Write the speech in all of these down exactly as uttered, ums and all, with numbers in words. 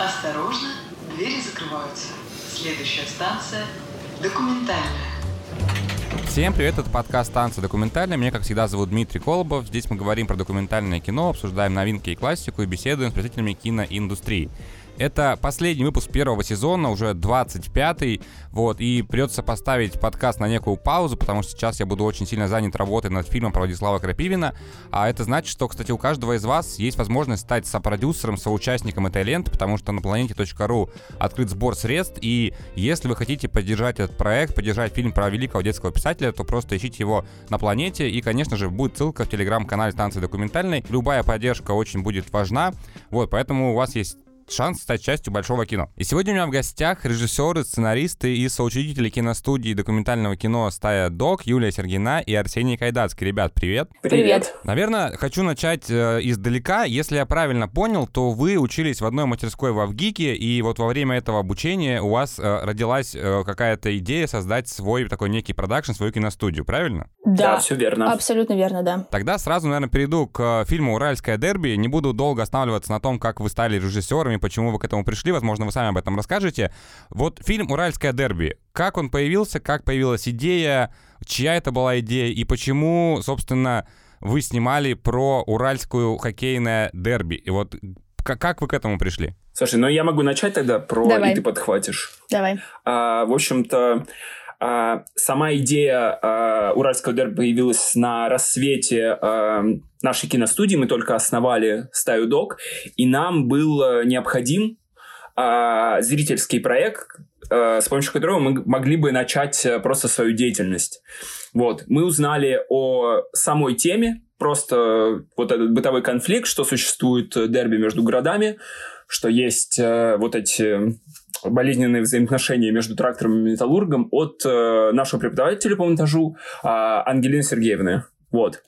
Осторожно, двери закрываются. Следующая станция – документальная. Всем привет, это подкаст «Станция документальная». Меня, как всегда, зовут Дмитрий Колобов. Здесь мы говорим про документальное кино, обсуждаем новинки и классику и беседуем с представителями киноиндустрии. Это последний выпуск первого сезона, уже двадцать пятый, вот, и придется поставить подкаст на некую паузу, потому что сейчас я буду очень сильно занят работой над фильмом про Владислава Крапивина, а это значит, что, кстати, у каждого из вас есть возможность стать сопродюсером, соучастником этой ленты, потому что на планете точка ру открыт сбор средств, и если вы хотите поддержать этот проект, поддержать фильм про великого детского писателя, то просто ищите его на планете, и, конечно же, будет ссылка в телеграм-канале «Станции документальной». Любая поддержка очень будет важна, вот, поэтому у вас есть шанс стать частью большого кино. И сегодня у меня в гостях режиссеры, сценаристы и соучредители киностудии документального кино «Стая Док» Юлия Сергина и Арсений Кайдацкий. Ребят, привет. Привет. Наверное, хочу начать э, издалека. Если я правильно понял, то вы учились в одной мастерской в Авгике, и вот во время этого обучения у вас э, родилась э, какая-то идея создать свой такой некий продакшн, свою киностудию, правильно? Да, Да, все верно. Абсолютно верно, да. Тогда сразу, наверное, перейду к фильму «Уральское дерби». Не буду долго останавливаться на том, как вы стали режиссерами, почему вы к этому пришли, возможно, вы сами об этом расскажете. Вот фильм «Уральское дерби», как он появился, как появилась идея, чья это была идея и почему, собственно, вы снимали про уральскую хоккейное дерби? И вот как, как вы к этому пришли? Слушай, ну я могу начать тогда про Давай. «И ты подхватишь». Давай. А, в общем-то, а, сама идея а, уральского дерби появилась на рассвете а, нашей киностудии. Мы только основали «Стаю Док», и нам был необходим а, зрительский проект, а, с помощью которого мы могли бы начать просто свою деятельность. Вот. Мы узнали о самой теме, просто вот этот бытовой конфликт, что существует дерби между городами, что есть а, вот эти болезненные взаимоотношения между трактором и металлургом от э, нашего преподавателя по монтажу э, Ангелины Сергеевны. Вот.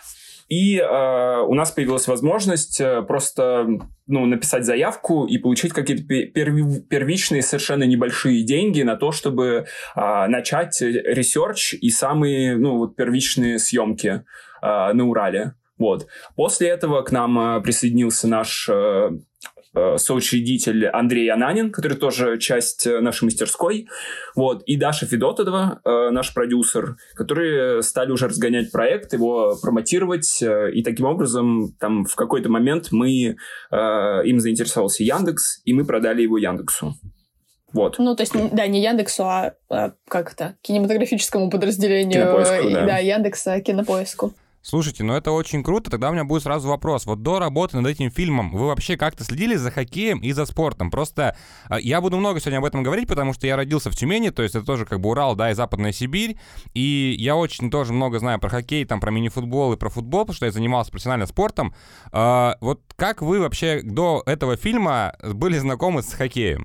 И э, у нас появилась возможность э, просто ну, написать заявку и получить какие-то перв- первичные совершенно небольшие деньги на то, чтобы э, начать ресерч и самые ну, вот, первичные съемки э, на Урале. Вот. После этого к нам э, присоединился наш э, соучредитель Андрей Ананин, который тоже часть нашей мастерской, вот, и Даша Федотова, наш продюсер, которые стали уже разгонять проект, его промотировать, и таким образом там в какой-то момент мы, им заинтересовался Яндекс, и мы продали его Яндексу. Вот. Ну, то есть, да, не Яндексу, а, а как это, кинематографическому подразделению Кинопоиску, да. да, Яндекса, Кинопоиску. Слушайте, ну это очень круто, тогда у меня будет сразу вопрос. Вот до работы над этим фильмом вы вообще как-то следили за хоккеем и за спортом? Просто я буду много сегодня об этом говорить, потому что я родился в Тюмени, то есть это тоже как бы Урал, да, и Западная Сибирь, и я очень тоже много знаю про хоккей, там, про мини-футбол и про футбол, потому что я занимался профессионально спортом. Вот как вы вообще до этого фильма были знакомы с хоккеем?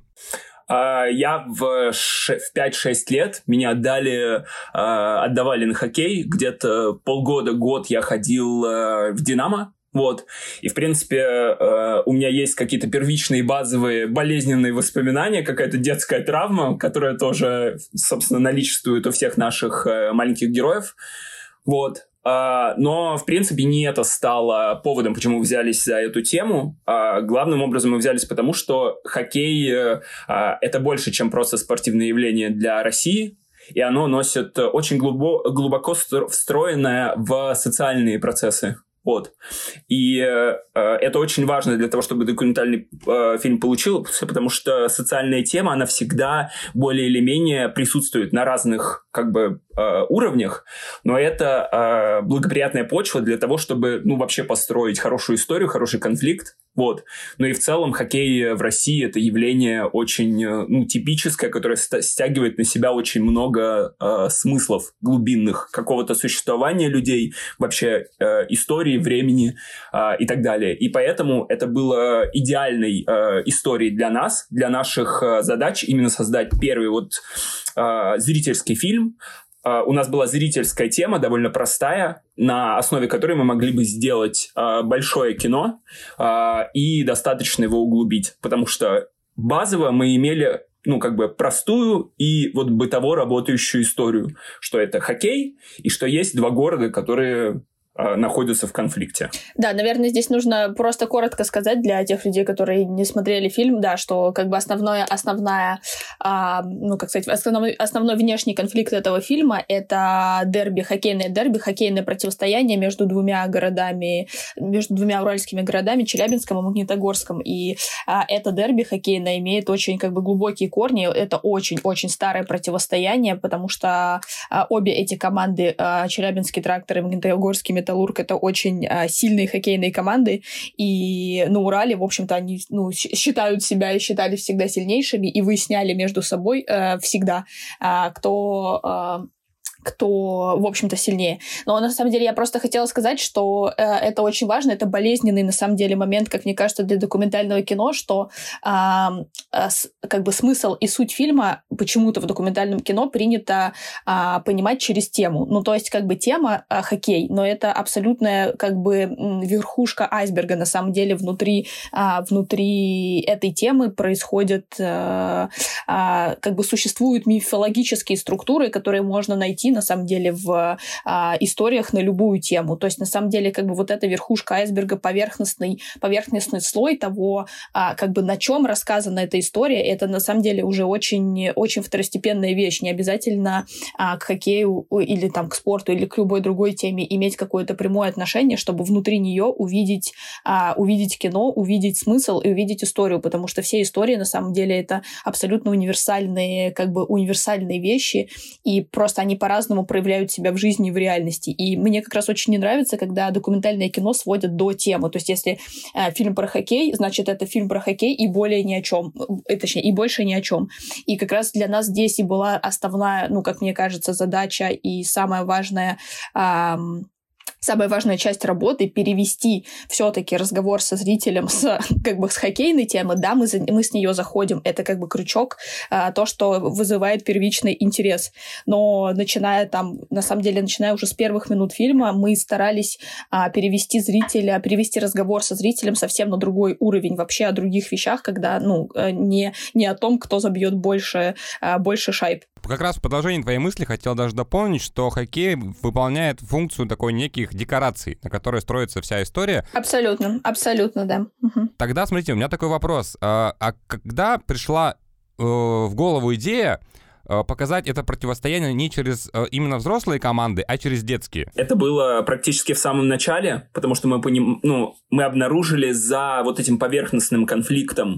Я в, ш... в пять-шесть лет, меня отдали, отдавали на хоккей, где-то полгода-год я ходил в «Динамо», вот, и, в принципе, у меня есть какие-то первичные базовые болезненные воспоминания, какая-то детская травма, которая тоже, собственно, наличествует у всех наших маленьких героев, вот. Но, в принципе, не это стало поводом, почему мы взялись за эту тему. Главным образом мы взялись потому, что хоккей – это больше, чем просто спортивное явление для России, и оно носит очень глубоко, глубоко встроенное в социальные процессы. Вот. И э, это очень важно для того, чтобы документальный э, фильм получился, потому что социальная тема, она всегда более или менее присутствует на разных как бы э, уровнях, но это э, благоприятная почва для того, чтобы ну, вообще построить хорошую историю, хороший конфликт. Вот. Ну и в целом хоккей в России – это явление очень ну, типическое, которое стягивает на себя очень много э, смыслов глубинных, какого-то существования людей, вообще э, истории, времени э, и так далее. И поэтому это было идеальной э, историей для нас, для наших э, задач именно создать первый вот э, зрительский фильм. Uh, у нас была зрительская тема, довольно простая, на основе которой мы могли бы сделать uh, большое кино uh, и достаточно его углубить. Потому что базово мы имели, ну, как бы простую и вот бытово работающую историю, что это хоккей и что есть два города, которые находятся в конфликте. Да, наверное, здесь нужно просто коротко сказать для тех людей, которые не смотрели фильм, да, что как бы основное, основная, а, ну, как сказать, основной, основной внешний конфликт этого фильма — это дерби, хоккейное дерби, хоккейное противостояние между двумя городами, между двумя уральскими городами, Челябинском и Магнитогорском. И а, это дерби хоккейное имеет очень как бы глубокие корни, это очень-очень старое противостояние, потому что а, обе эти команды, а, Челябинский трактор и Магнитогорский металлург, это очень а, сильные хоккейные команды, и на Урале, в общем-то, они ну, считают себя и считали всегда сильнейшими, и выясняли между собой э, всегда, э, кто... Э, кто, в общем-то, сильнее. Но, на самом деле, я просто хотела сказать, что э, это очень важно, это болезненный, на самом деле, момент, как мне кажется, для документального кино, что э, э, с, как бы смысл и суть фильма почему-то в документальном кино принято э, понимать через тему. Ну, то есть, как бы, тема э, хоккей, но это абсолютная, как бы, верхушка айсберга, на самом деле, внутри, э, внутри этой темы происходят, э, э, как бы, существуют мифологические структуры, которые можно найти на самом деле в а, историях на любую тему. То есть на самом деле как бы вот эта верхушка айсберга, поверхностный, поверхностный слой того, а, как бы на чем рассказана эта история, это на самом деле уже очень, очень второстепенная вещь. Не обязательно а, к хоккею или там к спорту или к любой другой теме иметь какое-то прямое отношение, чтобы внутри нее увидеть, а, увидеть кино, увидеть смысл и увидеть историю, потому что все истории на самом деле это абсолютно универсальные, как бы универсальные вещи, и просто они по-разному проявляют себя в жизни и в реальности. И мне как раз очень не нравится, когда документальное кино сводят до темы. То есть если э, фильм про хоккей, значит, это фильм про хоккей и более ни о чем. Э, точнее, и больше ни о чем. И как раз для нас здесь и была основная, ну, как мне кажется, задача и самая важная... Э, Самая важная часть работы — перевести все-таки разговор со зрителем с, как бы, с хоккейной темы. Да, мы, за, мы с нее заходим. Это как бы крючок, а, то, что вызывает первичный интерес. Но начиная там, на самом деле, начиная уже с первых минут фильма, мы старались а, перевести зрителя, перевести разговор со зрителем совсем на другой уровень. Вообще о других вещах, когда, ну, не, не о том, кто забьет больше, а, больше шайб. Как раз в продолжении твоей мысли хотел даже дополнить, что хоккей выполняет функцию такой неких декораций, на которой строится вся история. Абсолютно, абсолютно, да. Угу. Тогда, смотрите, у меня такой вопрос. А, а когда пришла э, в голову идея э, показать это противостояние не через э, именно взрослые команды, а через детские? Это было практически в самом начале, потому что мы, поним... ну, мы обнаружили за вот этим поверхностным конфликтом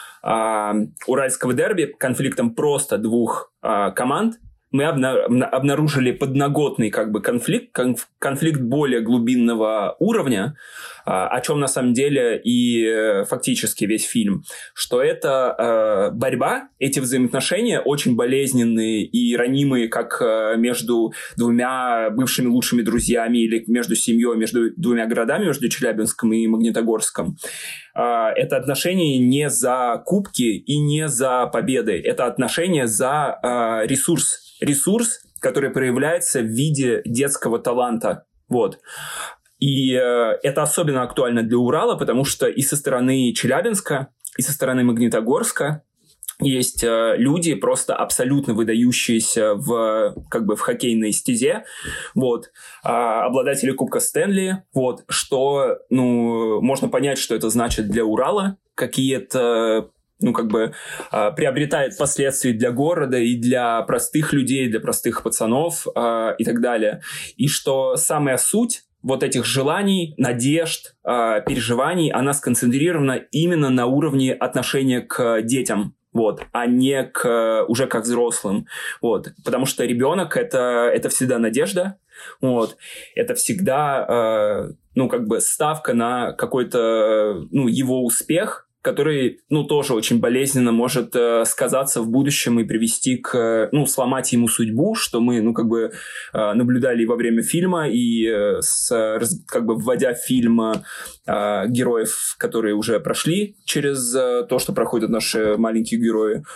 Uh, уральского дерби, конфликтом просто двух uh, команд, мы обна- обнаружили подноготный как бы конфликт, конф- конфликт более глубинного уровня, uh, о чем на самом деле и uh, фактически весь фильм, что это uh, борьба, эти взаимоотношения очень болезненные и ранимые, как uh, между двумя бывшими лучшими друзьями или между семьей, между двумя городами, между Челябинском и Магнитогорском. Это отношения не за кубки и не за победы. Это отношения за э, ресурс. Ресурс, который проявляется в виде детского таланта. Вот. И э, это особенно актуально для Урала, потому что и со стороны Челябинска, и со стороны Магнитогорска есть э, люди, просто абсолютно выдающиеся в, как бы, в хоккейной стезе, вот, э, обладатели Кубка Стэнли, вот, что, ну, можно понять, что это значит для Урала, какие-то, ну, как бы, э, приобретает последствия для города и для простых людей, для простых пацанов э, и так далее. И что самая суть вот этих желаний, надежд, э, переживаний, она сконцентрирована именно на уровне отношения к детям. Вот, а не к, уже как взрослым. Вот, потому что ребенок это, это всегда надежда. Вот, это всегда, э, ну, как бы ставка на какой-то, ну, его успех, который, ну, тоже очень болезненно может э, сказаться в будущем и привести к, ну, сломать ему судьбу, что мы, ну, как бы э, наблюдали и во время фильма, и э, с, раз, как бы вводя в фильм э, героев, которые уже прошли через э, то, что проходят наши маленькие герои.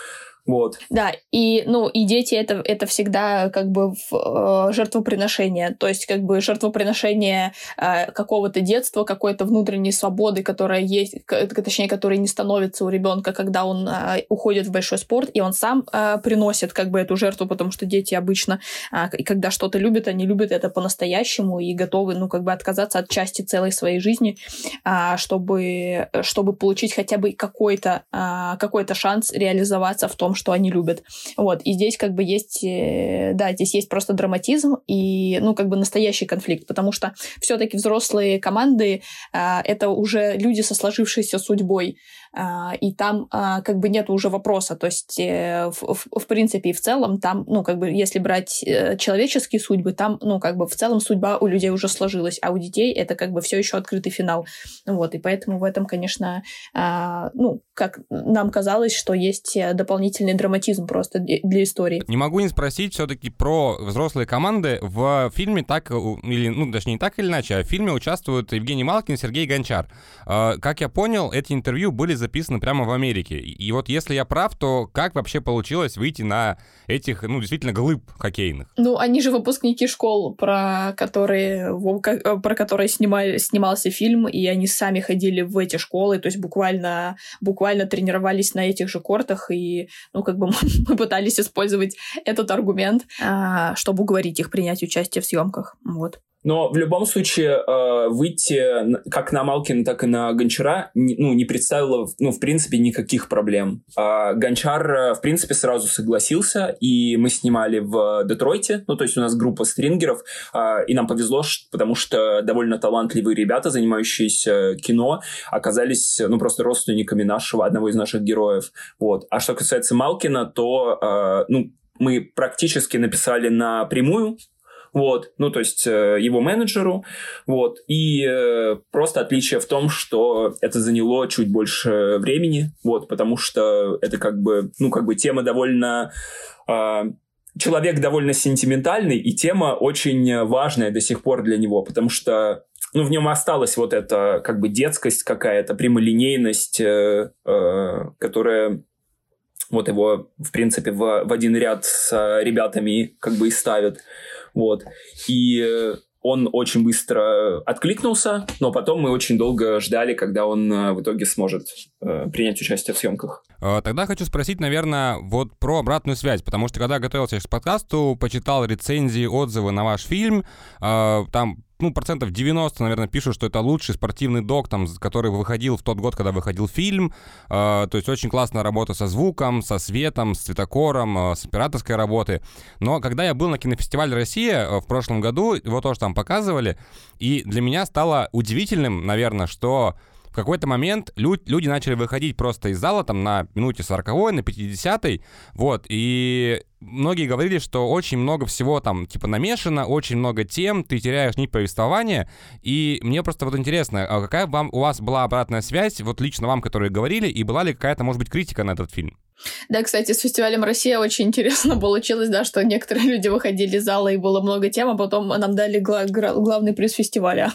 Вот. Да, и, ну, и дети это, это всегда как бы в, э, жертвоприношение, то есть как бы жертвоприношение э, какого-то детства, какой-то внутренней свободы, которая есть, к, точнее, которая не становится у ребенка, когда он э, уходит в большой спорт, и он сам э, приносит как бы эту жертву, потому что дети обычно, э, когда что-то любят, они любят это по-настоящему и готовы, ну, как бы отказаться от части целой своей жизни, э, чтобы, чтобы получить хотя бы какой-то, э, какой-то шанс реализоваться в том, что они любят. Вот. И здесь как бы есть, да, здесь есть просто драматизм и, ну, как бы настоящий конфликт, потому что все-таки взрослые команды а, это уже люди со сложившейся судьбой, а, и там а, как бы нет уже вопроса, то есть в, в, в принципе и в целом там, ну, как бы если брать человеческие судьбы, там, ну, как бы в целом судьба у людей уже сложилась, а у детей это как бы все еще открытый финал. Вот. И поэтому в этом, конечно, а, ну, как нам казалось, что есть дополнительный драматизм просто для истории. Не могу не спросить все-таки про взрослые команды. В фильме так, или, ну, точнее, не так или иначе, а в фильме участвуют Евгений Малкин и Сергей Гончар. Как я понял, эти интервью были записаны прямо в Америке. И вот если я прав, то как вообще получилось выйти на этих, ну, действительно, глыб хоккейных? Ну, они же выпускники школ, про которые, про которые снимали, снимался фильм, и они сами ходили в эти школы, то есть буквально, буквально тренировались на этих же кортах, и, ну, как бы мы пытались использовать этот аргумент, чтобы уговорить их принять участие в съемках. Вот. Но в любом случае выйти как на Малкина, так и на Гончара, ну, не представило, ну, в принципе, никаких проблем. Гончар, в принципе, сразу согласился, и мы снимали в Детройте, ну, то есть у нас группа стрингеров, и нам повезло, потому что довольно талантливые ребята, занимающиеся кино, оказались, ну, просто родственниками нашего, одного из наших героев. Вот. А что касается Малкина, то, ну, мы практически написали напрямую, вот, ну, то есть э, его менеджеру, вот, и э, просто отличие в том, что это заняло чуть больше времени, вот, потому что это как бы, ну, как бы тема довольно... Э, человек довольно сентиментальный, и тема очень важная до сих пор для него, потому что, ну, в нем осталась вот эта, как бы, детскость какая-то, прямолинейность, э, э, которая... Вот его, в принципе, в, в один ряд с ребятами как бы и ставят. Вот. И он очень быстро откликнулся, но потом мы очень долго ждали, когда он в итоге сможет э, принять участие в съемках. Тогда хочу спросить, наверное, вот про обратную связь, потому что когда готовился к подкасту, почитал рецензии, отзывы на ваш фильм, э, там, ну, процентов девяносто, наверное, пишут, что это лучший спортивный док, там, который выходил в тот год, когда выходил фильм. Э, то есть очень классная работа со звуком, со светом, с цветокором, э, с операторской работы. Но когда я был на кинофестивале «Россия» в прошлом году, его тоже там показывали, и для меня стало удивительным, наверное, что в какой-то момент лю- люди начали выходить просто из зала там на минуте сороковой, на пятидесятой, вот, и многие говорили, что очень много всего там типа намешано, очень много тем, ты теряешь нить повествования, и мне просто вот интересно, а какая вам, у вас была обратная связь, вот лично вам, которые говорили, и была ли какая-то, может быть, критика на этот фильм? Да, кстати, с фестивалем «Россия» очень интересно получилось, да, что некоторые люди выходили из зала, и было много тем, а потом нам дали гла- гра- главный приз фестиваля.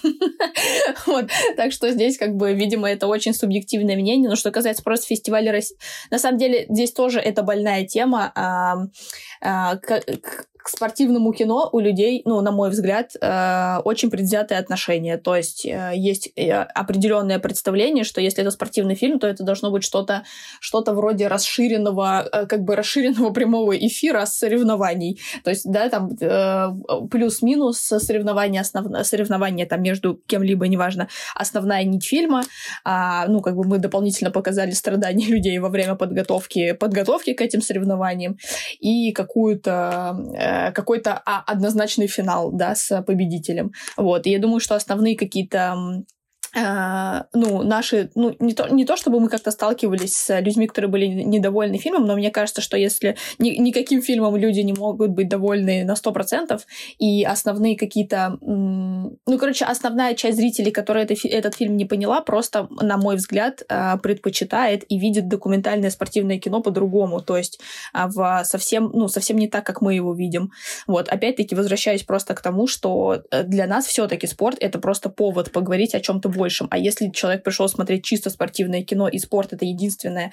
Вот. Так что здесь, как бы, видимо, это очень субъективное мнение. Но что касается просто фестиваля «Россия», на самом деле, здесь тоже это больная тема. А, а, к, к спортивному кино у людей, ну, на мой взгляд, э, очень предвзятые отношения. То есть э, есть определенное представление, что если это спортивный фильм, то это должно быть что-то, что-то вроде расширенного, э, как бы расширенного прямого эфира с соревнований. То есть, да, там э, плюс-минус соревнования, основ... соревнования там между кем-либо, неважно, основная нить фильма. А, ну, как бы мы дополнительно показали страдания людей во время подготовки, подготовки к этим соревнованиям и какую-то э, какой-то а, однозначный финал, да, с победителем. Вот. И я думаю, что основные какие-то Uh, ну, наши, ну, не то, не то, чтобы мы как-то сталкивались с людьми, которые были недовольны фильмом, но мне кажется, что если ни, никаким фильмом люди не могут быть довольны на сто процентов, и основные какие-то, м- ну, короче, основная часть зрителей, которая это, этот фильм не поняла, просто, на мой взгляд, uh, предпочитает и видит документальное спортивное кино по-другому, то есть uh, в совсем, ну, совсем не так, как мы его видим. Вот, опять-таки, возвращаясь просто к тому, что для нас все-таки спорт — это просто повод поговорить о чем-то большем, большим. А если человек пришел смотреть чисто спортивное кино, и спорт — это единственное,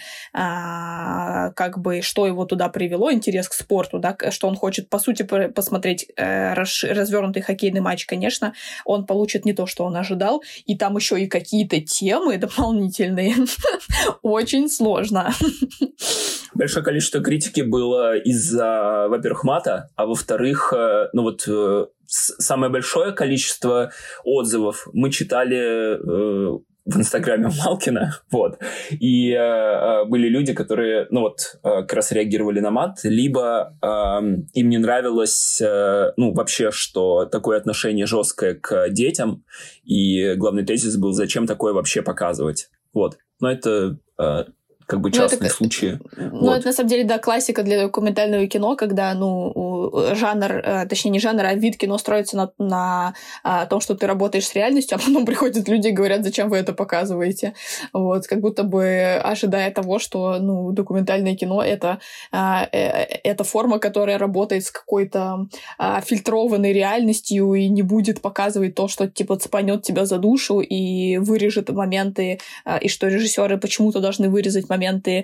а, как бы, что его туда привело, интерес к спорту, да, что он хочет, по сути, посмотреть э, развернутый хоккейный матч, конечно, он получит не то, что он ожидал, и там еще и какие-то темы дополнительные. Очень сложно. Большое количество критики было из-за, во-первых, мата, а во-вторых, ну вот самое большое количество отзывов мы читали э, в инстаграме Малкина, вот, и э, были люди, которые, ну вот, э, как раз реагировали на мат, либо э, им не нравилось, э, ну, вообще, что такое отношение жесткое к детям, и главный тезис был, зачем такое вообще показывать, вот, но это... Э, как бы частные ну, случаи. Ну, вот. это, на самом деле, да, классика для документального кино, когда, ну, жанр, точнее, не жанр, а вид кино строится на, на а, том, что ты работаешь с реальностью, а потом приходят люди и говорят, зачем вы это показываете. Вот, как будто бы ожидая того, что, ну, документальное кино — это, а, это форма, которая работает с какой-то а, фильтрованной реальностью и не будет показывать то, что, типа, цепанет тебя за душу и вырежет моменты, а, и что режиссеры почему-то должны вырезать моменты, моменты,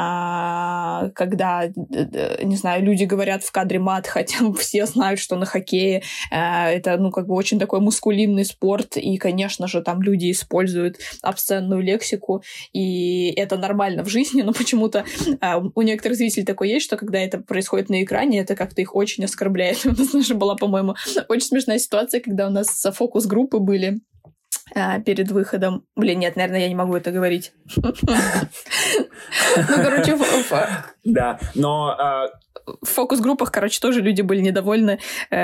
а, когда, не знаю, люди говорят в кадре мат, хотя все знают, что на хоккее а, это, ну, как бы очень такой мускулинный спорт, и, конечно же, там люди используют обсценную лексику, и это нормально в жизни, но почему-то а, у некоторых зрителей такое есть, что когда это происходит на экране, это как-то их очень оскорбляет. У нас даже была, по-моему, очень смешная ситуация, когда у нас фокус-группы были перед выходом. Блин, нет, наверное, я не могу это говорить. Ну, короче... Да, но... В фокус-группах, короче, тоже люди были недовольны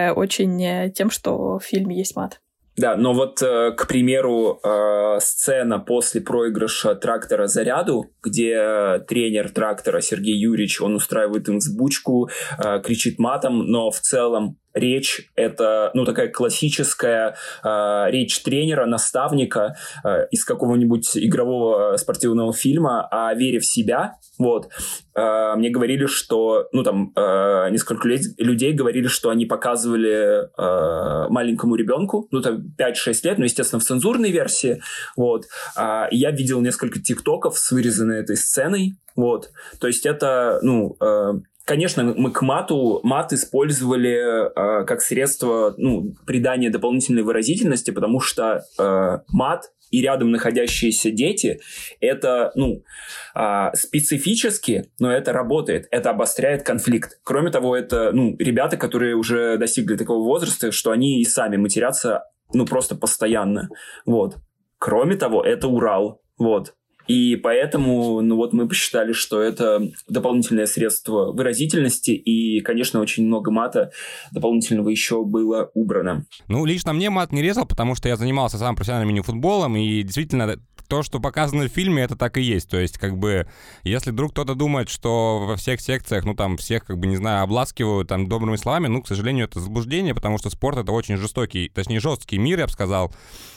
очень тем, что в фильме есть мат. Да, но вот, к примеру, сцена после проигрыша трактора «Заряду», где тренер трактора Сергей Юрьевич, он устраивает им взбучку, кричит матом, но в целом речь — это, ну, такая классическая э, речь тренера, наставника э, из какого-нибудь игрового спортивного фильма о вере в себя. Вот. Э, мне говорили, что, ну, там, э, несколько людей говорили, что они показывали э, маленькому ребенку, ну, там, пять-шесть лет, ну, естественно, в цензурной версии. Вот. Э, я видел несколько тиктоков с вырезанной этой сценой. Вот. То есть это, ну... Э, Конечно, мы к мату мат использовали э, как средство, ну, придания дополнительной выразительности, потому что э, мат и рядом находящиеся дети — это, ну, э, специфически, но это работает, это обостряет конфликт. Кроме того, это, ну, ребята, которые уже достигли такого возраста, что они и сами матерятся, ну, просто постоянно. Вот. Кроме того, это Урал. Вот. И поэтому, ну вот, мы посчитали, что это дополнительное средство выразительности, и, конечно, очень много мата дополнительного еще было убрано. Ну, лично мне мат не резал, потому что я занимался сам профессиональным мини-футболом, и действительно... То, что показано в фильме, это так и есть. То есть, как бы, если вдруг кто-то думает, что во всех секциях, ну, там, всех, как бы, не знаю, обласкивают там добрыми словами, ну, к сожалению, это заблуждение, потому что спорт — это очень жестокий, точнее, жесткий мир, я бы сказал,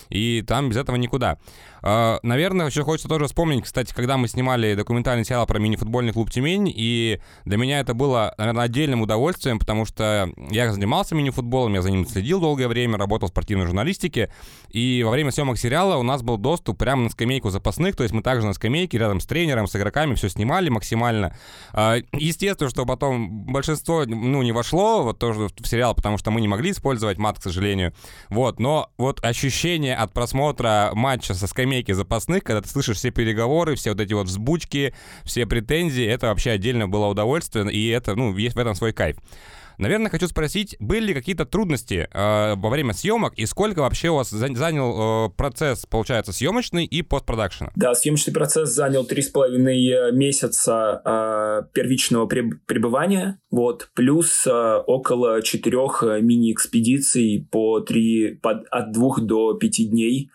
и там без этого никуда. Uh, наверное, еще хочется тоже вспомнить, кстати, когда мы снимали документальный сериал про мини-футбольный клуб «Тюмень», и для меня это было, наверное, отдельным удовольствием, потому что я занимался мини-футболом, я за ним следил долгое время, работал в спортивной журналистике, и во время съемок сериала у нас был доступ прямо на скамейку запасных, то есть мы также на скамейке рядом с тренером, с игроками все снимали максимально. Uh, естественно, что потом большинство, ну, не вошло вот тоже в сериал, потому что мы не могли использовать мат, к сожалению, вот, но вот ощущение от просмотра матча со скамейки запасных, когда ты слышишь все переговоры, все вот эти вот взбучки, все претензии, это вообще отдельно было удовольствие, и это, ну, есть в этом свой кайф. Наверное, хочу спросить, были ли какие-то трудности э, во время съемок, и сколько вообще у вас занял э, процесс, получается, съемочный и постпродакшена? Да, съемочный процесс занял три с половиной месяца э, первичного пребывания, вот, плюс э, около четырех мини-экспедиций по три, по, от двух до пяти дней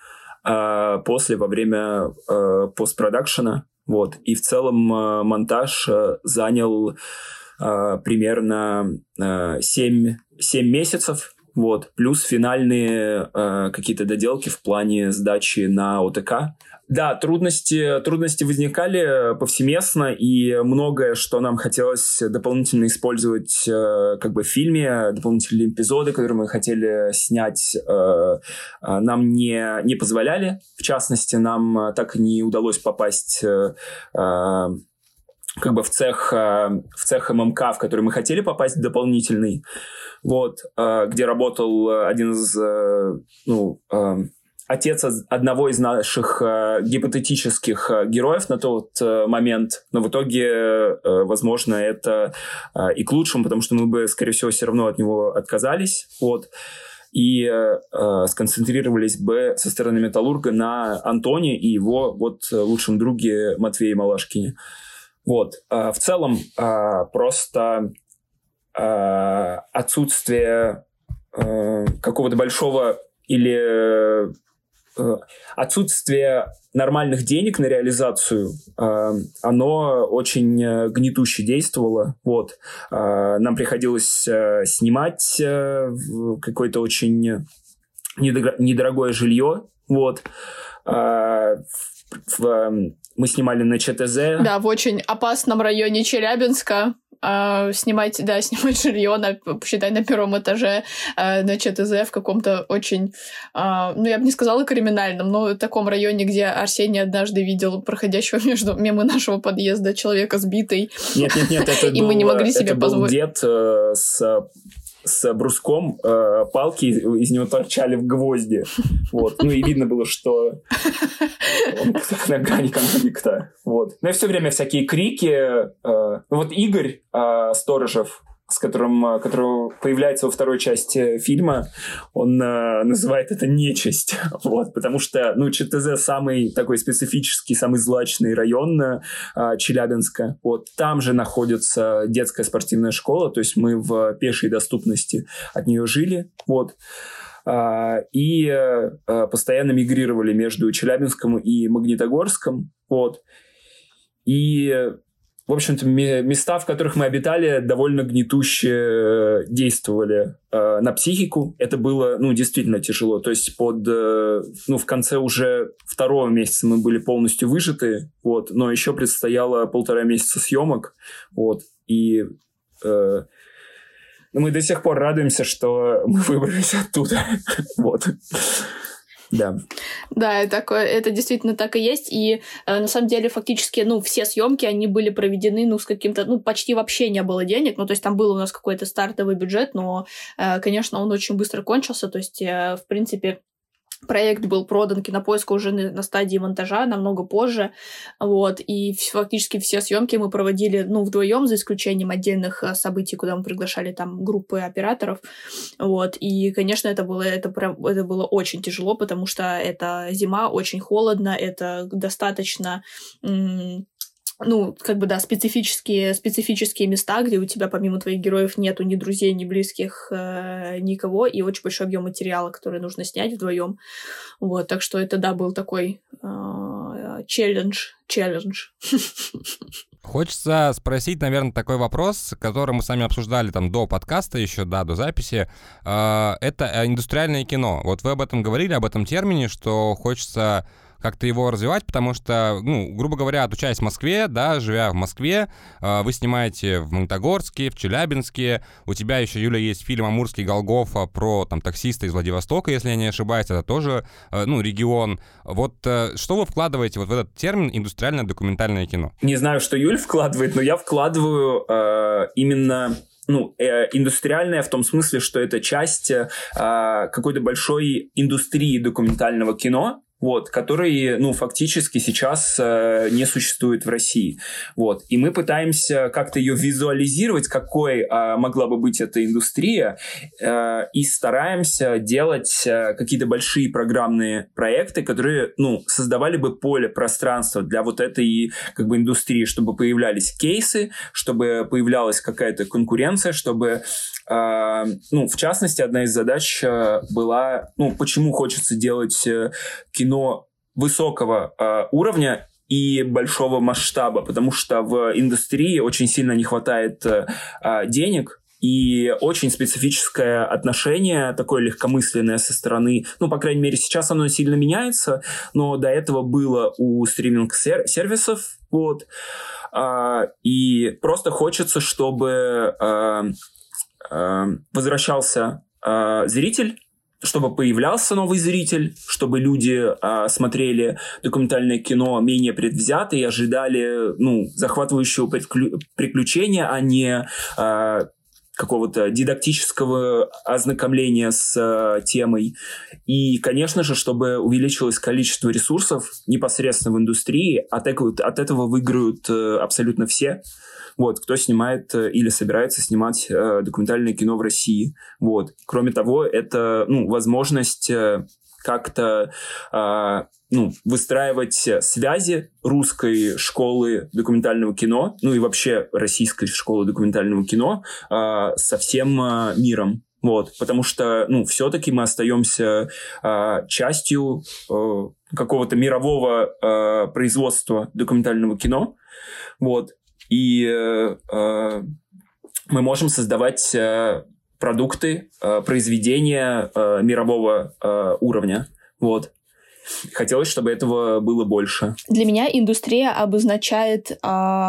э, после, во время э, постпродакшена, вот, и в целом э, монтаж э, занял Uh, примерно uh, семь, семь месяцев, вот, плюс финальные uh, какие-то доделки в плане сдачи на ОТК. Да, трудности, трудности возникали повсеместно, и многое, что нам хотелось дополнительно использовать э, как бы в фильме, дополнительные эпизоды, которые мы хотели снять, э, нам не, не позволяли. В частности, нам так и не удалось попасть э, э, как бы в цех, э, в цех ММК, в который мы хотели попасть дополнительный, вот, э, где работал один из, э, ну, э, отец одного из наших э, гипотетических э, героев на тот э, момент, но в итоге, э, возможно, это э, и к лучшему, потому что мы бы, скорее всего, все равно от него отказались, вот, и э, сконцентрировались бы со стороны Металлурга на Антоне и его вот лучшем друге Матвее Малашкине. Вот. Э, в целом, э, просто э, отсутствие э, какого-то большого или отсутствие нормальных денег на реализацию, оно очень гнетуще действовало. Вот. Нам приходилось снимать какое-то очень недорогое жилье. Вот. Мы снимали на ЧТЗ. Да, в очень опасном районе Челябинска. Uh, снимать, да, снимать жилье, на, считай, на первом этаже uh, на ЧТЗ в каком-то очень, uh, ну, я бы не сказала криминальном, но в таком районе, где Арсений однажды видел проходящего между мимо нашего подъезда человека сбитый. Нет-нет-нет, это и был, мы не могли себе это позволить. был дед э, с... с бруском, э, палки из него торчали в гвозди. Вот. Ну и видно было, что он на грани конфликта. Вот. Ну и все время всякие крики. Э, ну вот Игорь э, Сторожев, с которым, который появляется во второй части фильма, он э, называет это нечисть. Вот, потому что, ну, ЧТЗ самый такой специфический, самый злачный район э, Челябинска. Вот, там же находится детская спортивная школа, то есть мы в пешей доступности от нее жили. Вот. Uh, и uh, постоянно мигрировали между Челябинском и Магнитогорском. Вот. И, в общем-то, места, в которых мы обитали, довольно гнетуще действовали uh, на психику. Это было, ну, действительно тяжело. То есть под, uh, ну, в конце уже второго месяца мы были полностью выжаты, вот, но еще предстояло полтора месяца съемок. Вот. И... Uh, мы до сих пор радуемся, что мы выбрались оттуда. Вот. Да. Да, это, это действительно так и есть. И э, на самом деле фактически, ну, все съемки, они были проведены, ну, с каким-то, ну, почти вообще не было денег. Ну, то есть там был у нас какой-то стартовый бюджет, но, э, конечно, он очень быстро кончился. То есть, э, в принципе, проект был продан Кинопоиску уже на, на стадии монтажа, намного позже, вот, и фактически все съемки мы проводили, ну, вдвоем, за исключением отдельных событий, куда мы приглашали там группы операторов, вот, и, конечно, это было, это, это было очень тяжело, потому что это зима, очень холодно, это достаточно... М- ну, как бы, да, специфические, специфические места, где у тебя помимо твоих героев нету ни друзей, ни близких, э, никого, и очень большой объем материала, который нужно снять вдвоем. Вот, так что это, да, был такой челлендж, челлендж. Хочется спросить, наверное, такой вопрос, который мы с вами обсуждали там до подкаста еще, да, до записи. Это индустриальное кино. Вот вы об этом говорили, об этом термине, что хочется как-то его развивать, потому что, ну, грубо говоря, отучаясь в Москве, да, живя в Москве, вы снимаете в Магнитогорске, в Челябинске, у тебя еще, Юля, есть фильм «Амурский Голгофа» про, там, таксиста из Владивостока, если я не ошибаюсь, это тоже, ну, регион. Вот что вы вкладываете вот в этот термин «индустриальное документальное кино»? Не знаю, что Юль вкладывает, но я вкладываю э, именно... Ну, э, индустриальная в том смысле, что это часть э, какой-то большой индустрии документального кино, вот, который, ну, фактически сейчас э, не существует в России. Вот. И мы пытаемся как-то ее визуализировать, какой э, могла бы быть эта индустрия, э, и стараемся делать э, какие-то большие программные проекты, которые, ну, создавали бы поле, пространство для вот этой, как бы, индустрии, чтобы появлялись кейсы, чтобы появлялась какая-то конкуренция, чтобы... Uh, ну, в частности, одна из задач uh, была, ну, почему хочется делать uh, кино высокого uh, уровня и большого масштаба, потому что в индустрии очень сильно не хватает uh, uh, денег, и очень специфическое отношение, такое легкомысленное со стороны, ну, по крайней мере, сейчас оно сильно меняется, но до этого было у стриминг-сервисов, вот, а, и просто хочется, чтобы а, а, возвращался а, зритель, чтобы появлялся новый зритель, чтобы люди а, смотрели документальное кино менее предвзято и ожидали, ну, захватывающего приклю- приключения, а не а, какого-то дидактического ознакомления с а, темой. И, конечно же, чтобы увеличилось количество ресурсов непосредственно в индустрии, от, от этого выиграют а, абсолютно все. Вот, кто снимает или собирается снимать э, документальное кино в России. Вот. Кроме того, это, ну, возможность э, как-то э, ну, выстраивать связи русской школы документального кино, ну и вообще российской школы документального кино э, со всем э, миром. Вот, потому что, ну, все-таки мы остаемся э, частью э, какого-то мирового э, производства документального кино. Вот. И э, э, мы можем создавать э, продукты, э, произведения э, мирового э, уровня. Вот. Хотелось, чтобы этого было больше. Для меня индустрия обозначает э,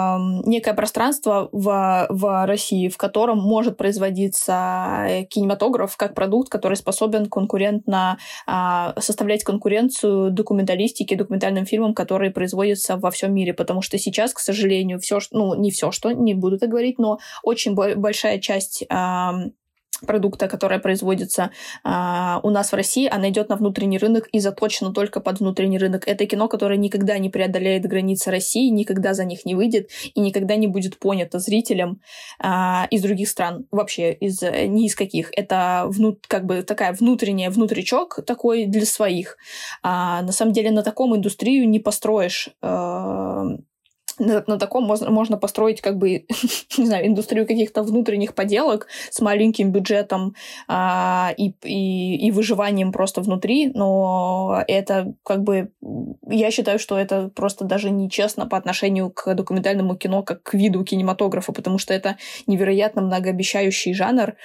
некое пространство в, в России, в котором может производиться кинематограф как продукт, который способен конкурентно э, составлять конкуренцию документалистике, документальным фильмам, которые производятся во всем мире. Потому что сейчас, к сожалению, все, ну, не все, что, не буду так говорить, но очень большая часть э, продукта, которая производится а, у нас в России, она идет на внутренний рынок и заточена только под внутренний рынок. Это кино, которое никогда не преодолеет границы России, никогда за них не выйдет и никогда не будет понято зрителям а, из других стран. Вообще, из, ни из каких. Это вну, как бы такая внутренняя внутричок такой для своих. А, на самом деле на таком индустрию не построишь. А, На, на таком можно, можно построить, как бы, не знаю, индустрию каких-то внутренних поделок с маленьким бюджетом а, и, и, и выживанием просто внутри, но это как бы... Я считаю, что это просто даже нечестно по отношению к документальному кино как к виду кинематографа, потому что это невероятно многообещающий жанр,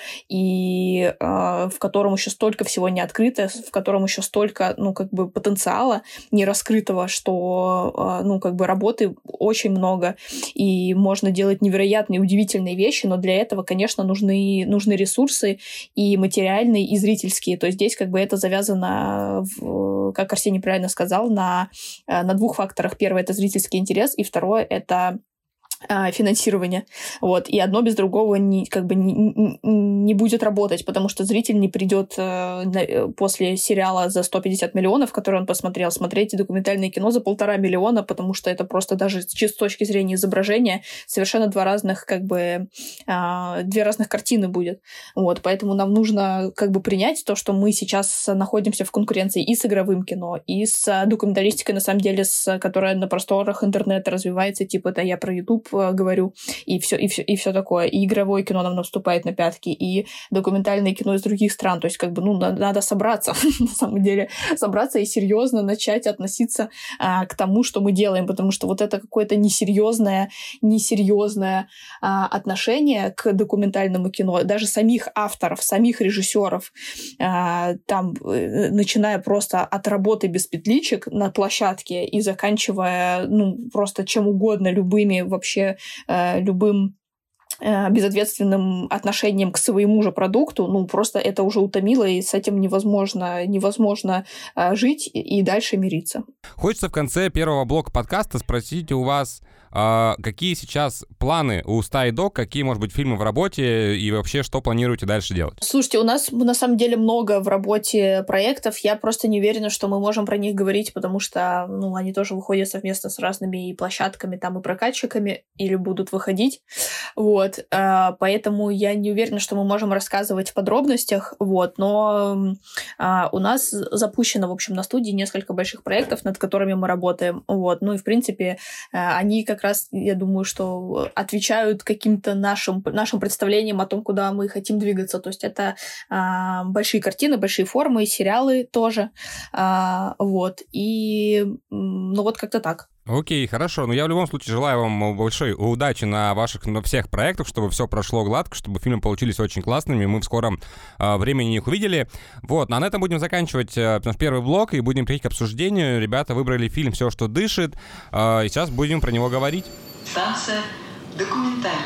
и а, в котором еще столько всего не открыто, в котором еще столько, ну, как бы потенциала не раскрытого, что, а, ну, как бы работы очень очень много, и можно делать невероятные, удивительные вещи, но для этого, конечно, нужны, нужны ресурсы и материальные, и зрительские. То есть здесь как бы это завязано, в, как Арсений правильно сказал, на, на двух факторах. Первое — это зрительский интерес, и второе — это финансирование. Вот. И одно без другого не, как бы не, не будет работать, потому что зритель не придет э, после сериала за сто пятьдесят миллионов, который он посмотрел, смотреть документальное кино за полтора миллиона, потому что это просто даже чисто с точки зрения изображения совершенно два разных, как бы, э, две разных картины будет. Вот. Поэтому нам нужно как бы принять то, что мы сейчас находимся в конкуренции и с игровым кино, и с документалистикой, на самом деле, с, которая на просторах интернета развивается, типа, это я про YouTube говорю, и все, и все, и все такое. И игровое кино нам наступает на пятки, и документальное кино из других стран. То есть, как бы, ну, надо собраться, на самом деле, собраться и серьезно начать относиться а, к тому, что мы делаем, потому что вот это какое-то несерьезное, несерьезное а, отношение к документальному кино, даже самих авторов, самих режиссеров, а, там, начиная просто от работы без петличек на площадке и заканчивая, ну, просто чем угодно, любыми вообще любым безответственным отношением к своему же продукту, ну, просто это уже утомило, и с этим невозможно, невозможно жить и дальше мириться. Хочется в конце первого блока подкаста спросить у вас, а какие сейчас планы у Stay Dog, какие, может быть, фильмы в работе и вообще, что планируете дальше делать? Слушайте, у нас на самом деле много в работе проектов, я просто не уверена, что мы можем про них говорить, потому что, ну, они тоже выходят совместно с разными и площадками, там, и прокатчиками, или будут выходить, вот, поэтому я не уверена, что мы можем рассказывать в подробностях, вот, но у нас запущено, в общем, на студии несколько больших проектов, над которыми мы работаем, вот, ну, и, в принципе, они как как раз, я думаю, что отвечают каким-то нашим, нашим представлениям о том, куда мы хотим двигаться. То есть это а, большие картины, большие формы, сериалы тоже. А, вот. И, ну, вот как-то так. Окей, хорошо. Но я в любом случае желаю вам большой удачи на ваших на всех проектах, чтобы все прошло гладко, чтобы фильмы получились очень классными. Мы в скором э, времени их увидели. Вот, а на этом будем заканчивать э, наш первый блок и будем перейти к обсуждению. Ребята выбрали фильм «Все, что дышит», э, и сейчас будем про него говорить. Станция документальная.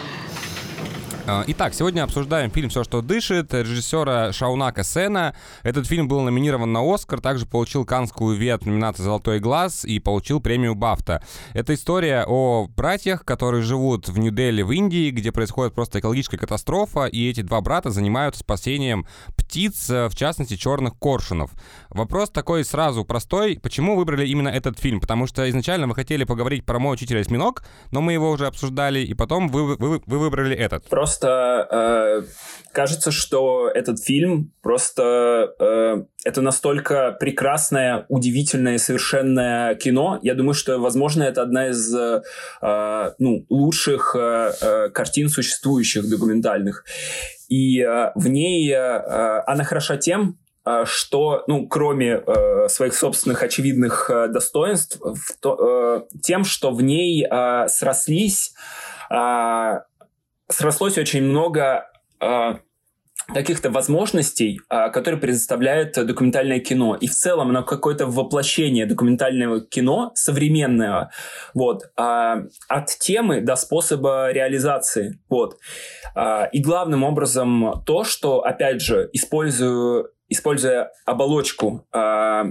Итак, сегодня обсуждаем фильм «Все, что дышит» режиссера Шаунака Сена. Этот фильм был номинирован на «Оскар», также получил Каннскую ветвь номинации «Золотой глаз» и получил премию «Бафта». Это история о братьях, которые живут в Нью-Дели в Индии, где происходит просто экологическая катастрофа, и эти два брата занимаются спасением птиц, в частности, черных коршунов. Вопрос такой сразу простой. Почему выбрали именно этот фильм? Потому что изначально мы хотели поговорить про «Мой учитель осьминог», но мы его уже обсуждали, и потом вы, вы, вы выбрали этот. Просто Просто э, кажется, что этот фильм просто э, это настолько прекрасное, удивительное, совершенное кино. Я думаю, что, возможно, это одна из э, ну, лучших э, картин существующих документальных. И э, в ней э, она хороша тем, что, ну, кроме э, своих собственных очевидных э, достоинств, в то, э, тем, что в ней э, срослись э, срослось очень много э, каких-то возможностей, э, которые предоставляет документальное кино. И в целом оно какое-то воплощение документального кино современного. Вот, э, от темы до способа реализации. Вот. Э, и главным образом то, что, опять же, использую, используя оболочку э,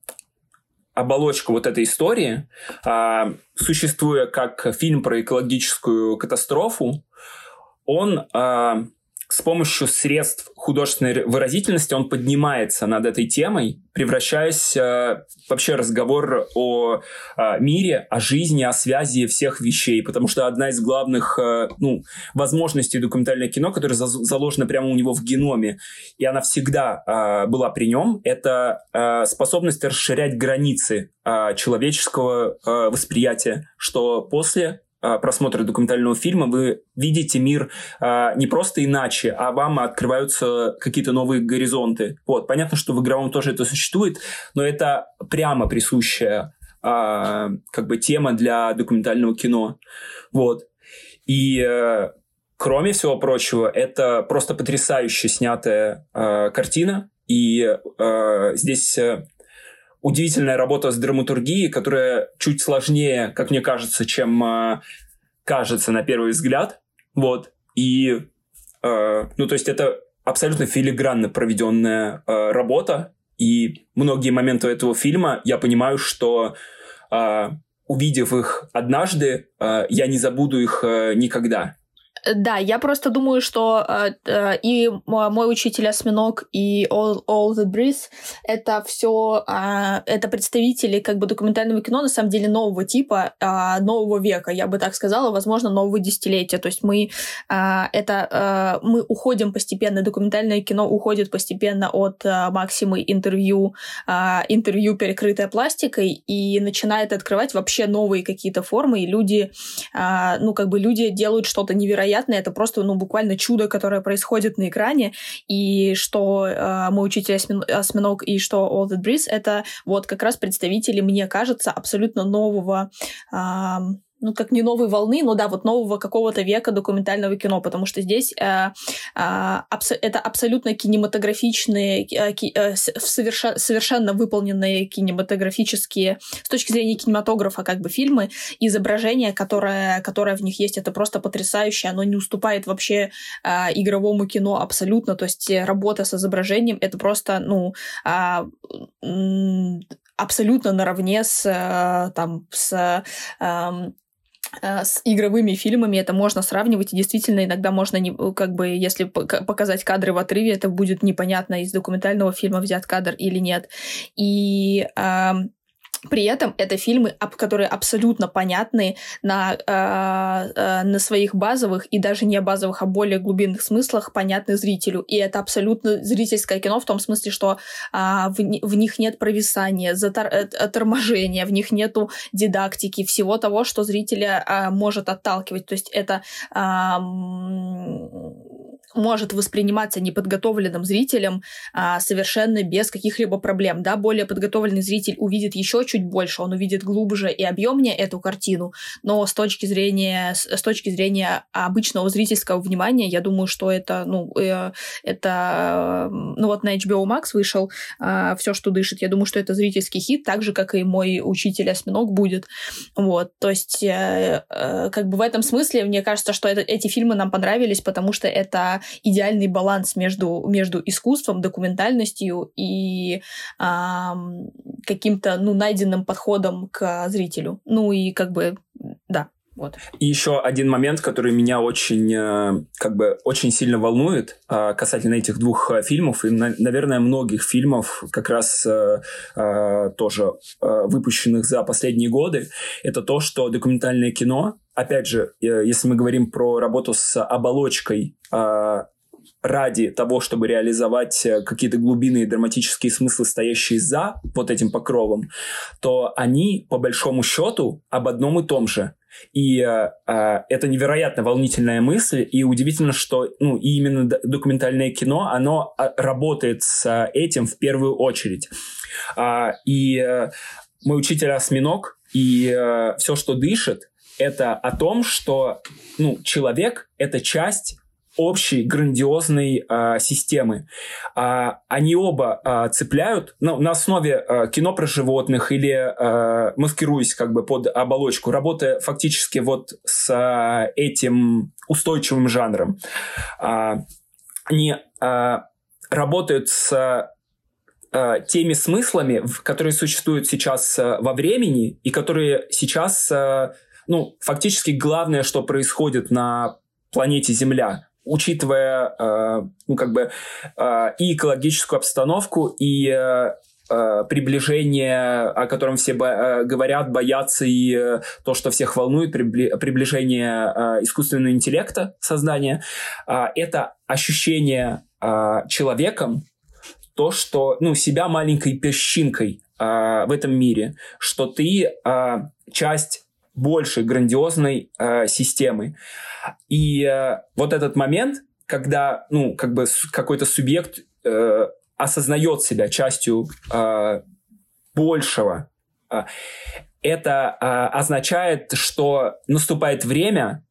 оболочку вот этой истории, э, существуя как фильм про экологическую катастрофу, он э, с помощью средств художественной выразительности он поднимается над этой темой, превращаясь э, вообще разговор о э, мире, о жизни, о связи всех вещей. Потому что одна из главных э, ну, возможностей документального кино, которая за- заложена прямо у него в геноме, и она всегда э, была при нем, это э, способность расширять границы э, человеческого э, восприятия, что после просмотра документального фильма вы видите мир а, не просто иначе, а вам открываются какие-то новые горизонты. Вот. Понятно, что в игровом тоже это существует, но это прямо присущая а, как бы тема для документального кино. Вот. И а, кроме всего прочего, это просто потрясающе снятая а, картина. И а, здесь... удивительная работа с драматургией, которая чуть сложнее, как мне кажется, чем э, кажется на первый взгляд. Вот. И, э, ну, то есть это абсолютно филигранно проведенная э, работа. И многие моменты этого фильма я понимаю, что, э, увидев их однажды, э, я не забуду их э, никогда. Да, я просто думаю, что э, э, и «Мой учитель осьминог», и All, All That Breathes — это все э, это представители как бы документального кино, на самом деле, нового типа, э, нового века, я бы так сказала, возможно, нового десятилетия. То есть мы, э, это, э, мы уходим постепенно, документальное кино уходит постепенно от э, максимы интервью, э, интервью, перекрытое пластикой, и начинает открывать вообще новые какие-то формы, и люди, э, ну, как бы люди делают что-то невероятное. Это просто, ну, буквально чудо, которое происходит на экране, и что э, «Мой учитель осьминог» и что All That Breathes — это вот как раз представители, мне кажется, абсолютно нового... Э, ну, как не новой волны, но да, вот нового какого-то века документального кино, потому что здесь э, э, абс- это абсолютно кинематографичные, э, ки- э, соверш- совершенно выполненные кинематографические, с точки зрения кинематографа, как бы фильмы, изображение, которое, которое в них есть, это просто потрясающе, оно не уступает вообще э, игровому кино абсолютно, то есть работа с изображением, это просто, ну... Э, м- абсолютно наравне с, э, там, с э, с игровыми фильмами это можно сравнивать, и действительно иногда можно, не, как бы, если показать кадры в отрыве, это будет непонятно, из документального фильма взят кадр или нет. И э, при этом это фильмы, которые абсолютно понятны на, э, на своих базовых и даже не базовых, а более глубинных смыслах, понятны зрителю. И это абсолютно зрительское кино в том смысле, что э, в, в них нет провисания, затор, э, торможения, в них нету дидактики, всего того, что зрителя э, может отталкивать. То есть это... Э, может восприниматься неподготовленным зрителем а, совершенно без каких-либо проблем. Да, более подготовленный зритель увидит еще чуть больше, он увидит глубже и объемнее эту картину, но с точки зрения, с точки зрения обычного зрительского внимания, я думаю, что это, ну, э, это, ну вот на эйч би о Max вышел э, «Все, что дышит», я думаю, что это зрительский хит, так же, как и «Мой учитель осьминог» будет. Вот, то есть, э, э, как бы в этом смысле, мне кажется, что это, эти фильмы нам понравились, потому что это идеальный баланс между, между искусством, документальностью и а, каким-то, ну, найденным подходом к зрителю. Ну и как бы, да. Вот. И еще один момент, который меня очень, как бы, очень сильно волнует касательно этих двух фильмов, и, наверное, многих фильмов, как раз тоже выпущенных за последние годы, это то, что документальное кино, опять же, если мы говорим про работу с оболочкой ради того, чтобы реализовать какие-то глубинные драматические смыслы, стоящие за вот этим покровом, то они, по большому счету, об одном и том же. И э, это невероятно волнительная мысль, и удивительно, что ну, и именно документальное кино, оно работает с этим в первую очередь. А, и э, «Мой учитель осьминог» и э, «Все, что дышит», это о том, что ну, человек — это часть общей грандиозной э, системы. А, они оба э, цепляют, ну, на основе э, кино про животных или э, маскируясь как бы под оболочку, работая фактически вот с э, этим устойчивым жанром. А, они э, работают с э, теми смыслами, которые существуют сейчас э, во времени и которые сейчас, э, ну, фактически главное, что происходит на планете Земля, учитывая э, ну, как бы, э, и экологическую обстановку, и э, э, приближение, о котором все бо- э, говорят, боятся, и э, то, что всех волнует, прибли- приближение э, искусственного интеллекта, создания, э, это ощущение э, человеком, то, что, ну, себя маленькой песчинкой э, в этом мире, что ты э, часть большей грандиозной э, системы. И э, вот этот момент, когда ну, как бы какой-то субъект э, осознает себя частью э, большего, э, это э, означает, что наступает время,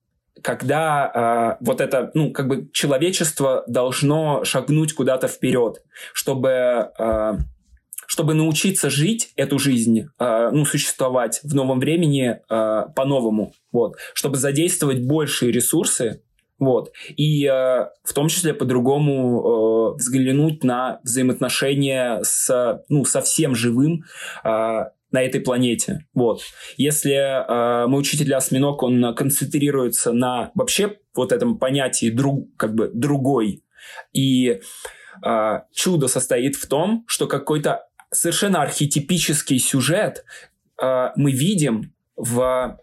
когда э, вот это, ну, как бы человечество должно шагнуть куда-то вперед, чтобы... Э, чтобы научиться жить эту жизнь, э, ну, существовать в новом времени э, по-новому, вот, чтобы задействовать большие ресурсы, вот, и э, в том числе по-другому э, взглянуть на взаимоотношения с, ну, со всем живым э, на этой планете, вот. Если э, «Мой учитель осьминог», он концентрируется на вообще вот этом понятии друг, как бы другой, и э, чудо состоит в том, что какой-то совершенно архетипический сюжет э, мы видим в,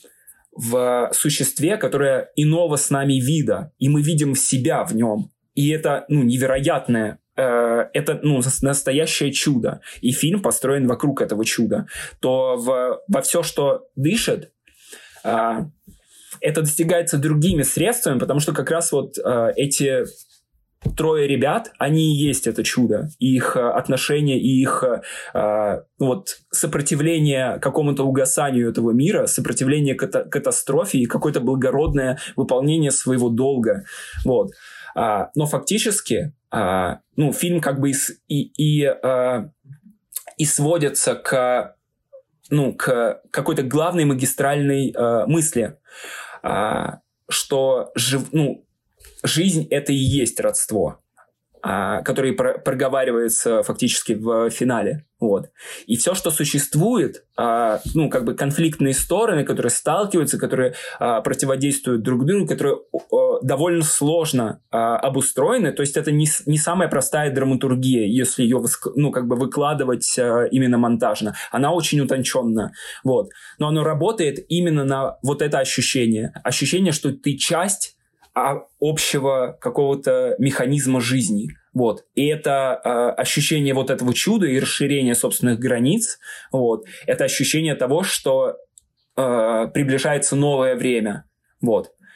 в существе, которое иного с нами вида, и мы видим себя в нем. И это ну, невероятное, э, это ну, настоящее чудо. И фильм построен вокруг этого чуда. То в, во «Все, что дышит», э, это достигается другими средствами, потому что как раз вот э, эти... трое ребят, они и есть это чудо. И их отношения, и их э, вот, сопротивление какому-то угасанию этого мира, сопротивление ката- катастрофе и какое-то благородное выполнение своего долга. Вот. А, но фактически а, ну, фильм как бы и, и, и, а, и сводится к, ну, к какой-то главной магистральной а, мысли, а, что жив, ну, жизнь — это и есть родство, а, которое про- проговаривается фактически в финале. Вот. И все, что существует, а, ну, как бы конфликтные стороны, которые сталкиваются, которые а, противодействуют друг другу, которые а, довольно сложно а, обустроены, то есть это не, не самая простая драматургия, если ее ну, как бы выкладывать а, именно монтажно. Она очень утонченная. Вот. Но оно работает именно на вот это ощущение. Ощущение, что ты часть общего какого-то механизма жизни. Вот. И это э, ощущение вот этого чуда и расширения собственных границ, вот, это ощущение того, что э, приближается новое время. Вот.